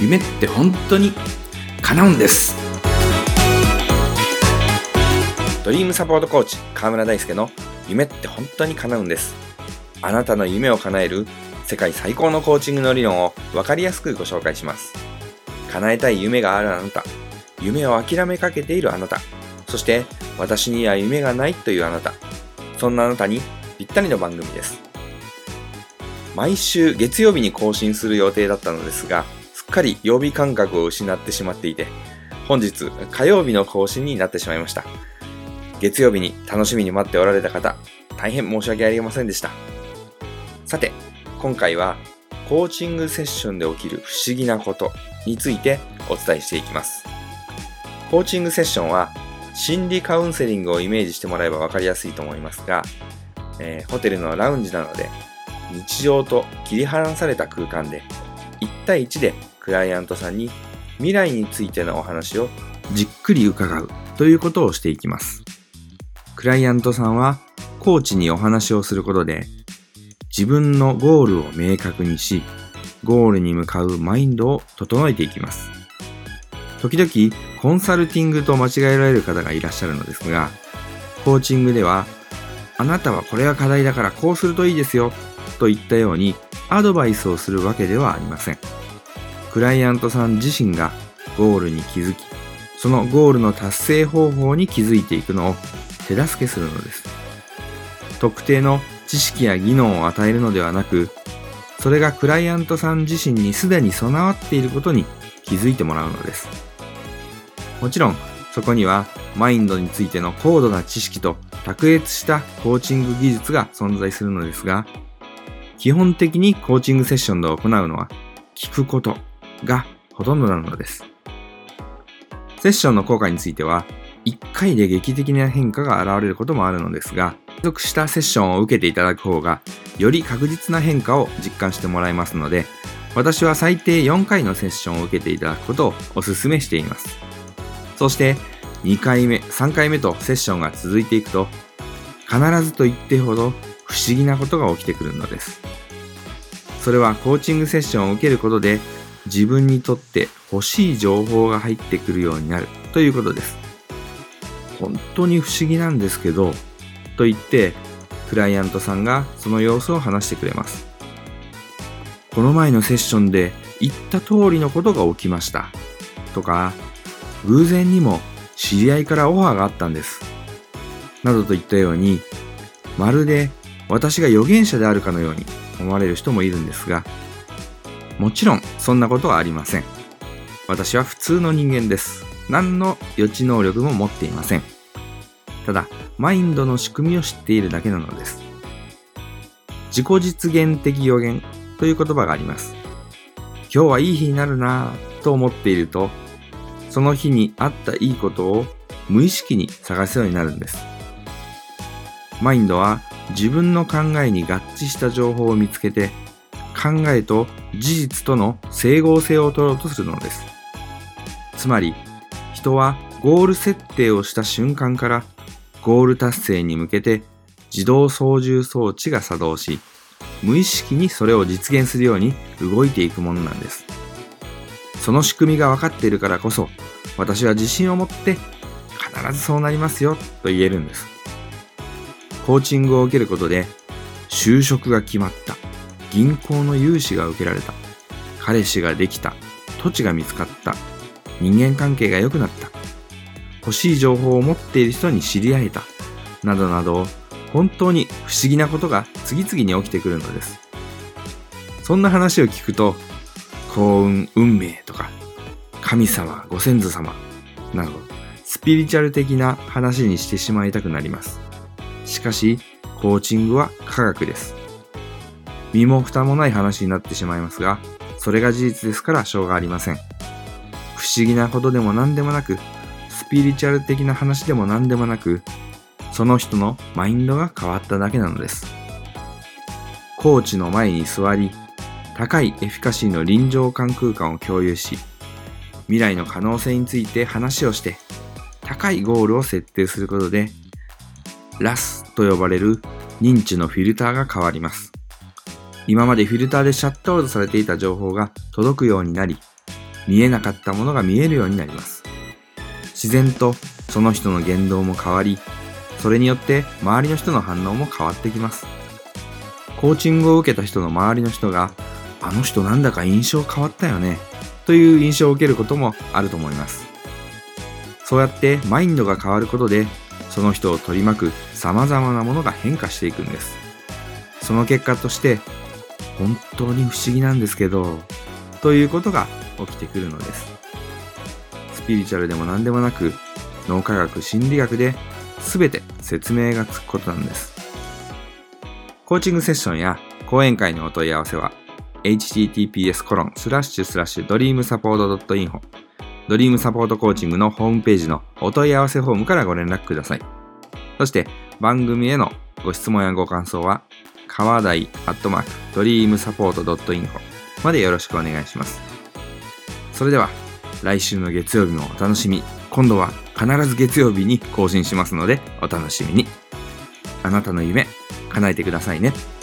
夢って本当に叶うんです。ドリームサポートコーチ川村大輔の夢って本当に叶うんです。あなたの夢を叶える世界最高のコーチングの理論を分かりやすくご紹介します。叶えたい夢があるあなた、夢を諦めかけているあなた、そして私には夢がないというあなた、そんなあなたにぴったりの番組です。毎週月曜日に更新する予定だったのですが、すっかり曜日感覚を失ってしまっていて、本日火曜日の更新になってしまいました。月曜日に楽しみに待っておられた方、大変申し訳ありませんでした。さて、今回はコーチングセッションで起きる不思議なことについてお伝えしていきます。コーチングセッションは心理カウンセリングをイメージしてもらえば分かりやすいと思いますが、ホテルのラウンジなので日常と切り離された空間で1対1でクライアントさんに未来についてのお話をじっくり伺うということをしていきます。クライアントさんはコーチにお話をすることで自分のゴールを明確にし、ゴールに向かうマインドを整えていきます。時々コンサルティングと間違えられる方がいらっしゃるのですが、コーチングではあなたはこれが課題だからこうするといいですよといったようにアドバイスをするわけではありません。クライアントさん自身がゴールに気づき、そのゴールの達成方法に気づいていくのを手助けするのです。特定の知識や技能を与えるのではなく、それがクライアントさん自身にすでに備わっていることに気づいてもらうのです。もちろん、そこにはマインドについての高度な知識と卓越したコーチング技術が存在するのですが、基本的にコーチングセッションで行うのは聞くことがほとんどなのです。セッションの効果については、1回で劇的な変化が現れることもあるのですが、継続したセッションを受けていただく方が、より確実な変化を実感してもらえますので、私は最低4回のセッションを受けていただくことをお勧めしています。そして、2回目、3回目とセッションが続いていくと、必ずと言ってほど不思議なことが起きてくるのです。それはコーチングセッションを受けることで、自分にとって欲しい情報が入ってくるようになるということです。本当に不思議なんですけど、と言って、クライアントさんがその様子を話してくれます。この前のセッションで言った通りのことが起きました。とか、偶然にも知り合いからオファーがあったんです。などといったように、まるで私が預言者であるかのように思われる人もいるんですが、もちろんそんなことはありません。私は普通の人間です。何の予知能力も持っていません。ただ、マインドの仕組みを知っているだけなのです。自己実現的予言という言葉があります。今日はいい日になるなぁと思っていると、その日にあったいいことを無意識に探すようになるんです。マインドは自分の考えに合致した情報を見つけて、考えと事実との整合性を取ろうとするのです。つまり、人はゴール設定をした瞬間からゴール達成に向けて自動操縦装置が作動し、無意識にそれを実現するように動いていくものなんです。その仕組みが分かっているからこそ、私は自信を持って必ずそうなりますよと言えるんです。コーチングを受けることで、就職が決まった、銀行の融資が受けられた、彼氏ができた、土地が見つかった、人間関係が良くなった、欲しい情報を持っている人に知り合えた、などなど、本当に不思議なことが次々に起きてくるのです。そんな話を聞くと、幸運、運命とか、神様、ご先祖様、など、スピリチュアル的な話にしてしまいたくなります。しかし、コーチングは科学です。身も蓋もない話になってしまいますが、それが事実ですからしょうがありません。不思議なことでも何でもなく、スピリチュアル的な話でも何でもなく、その人のマインドが変わっただけなのです。コーチの前に座り、高いエフィカシーの臨場感空間を共有し、未来の可能性について話をして、高いゴールを設定することで、ラスと呼ばれる認知のフィルターが変わります。今までフィルターでシャットアウトされていた情報が届くようになり、 見えなかったものが見えるようになります。自然とその人の言動も変わり、それによって周りの人の反応も変わってきます。コーチングを受けた人の周りの人が、あの人なんだか印象変わったよね、という印象を受けることもあると思います。そうやってマインドが変わることで、その人を取り巻く様々なものが変化していくんです。その結果として、本当に不思議なんですけど、ということが起きてくるのです。スピリチュアルでも何でもなく、脳科学、心理学で全て説明がつくことなんです。コーチングセッションや講演会のお問い合わせは、https://dreamsupport.info ドリームサポートコーチングのホームページのお問い合わせフォームからご連絡ください。そして番組へのご質問やご感想は川台@dreamsupport.info までよろしくお願いします。それでは来週の月曜日もお楽しみ。今度は必ず月曜日に更新しますのでお楽しみに。あなたの夢叶えてくださいね。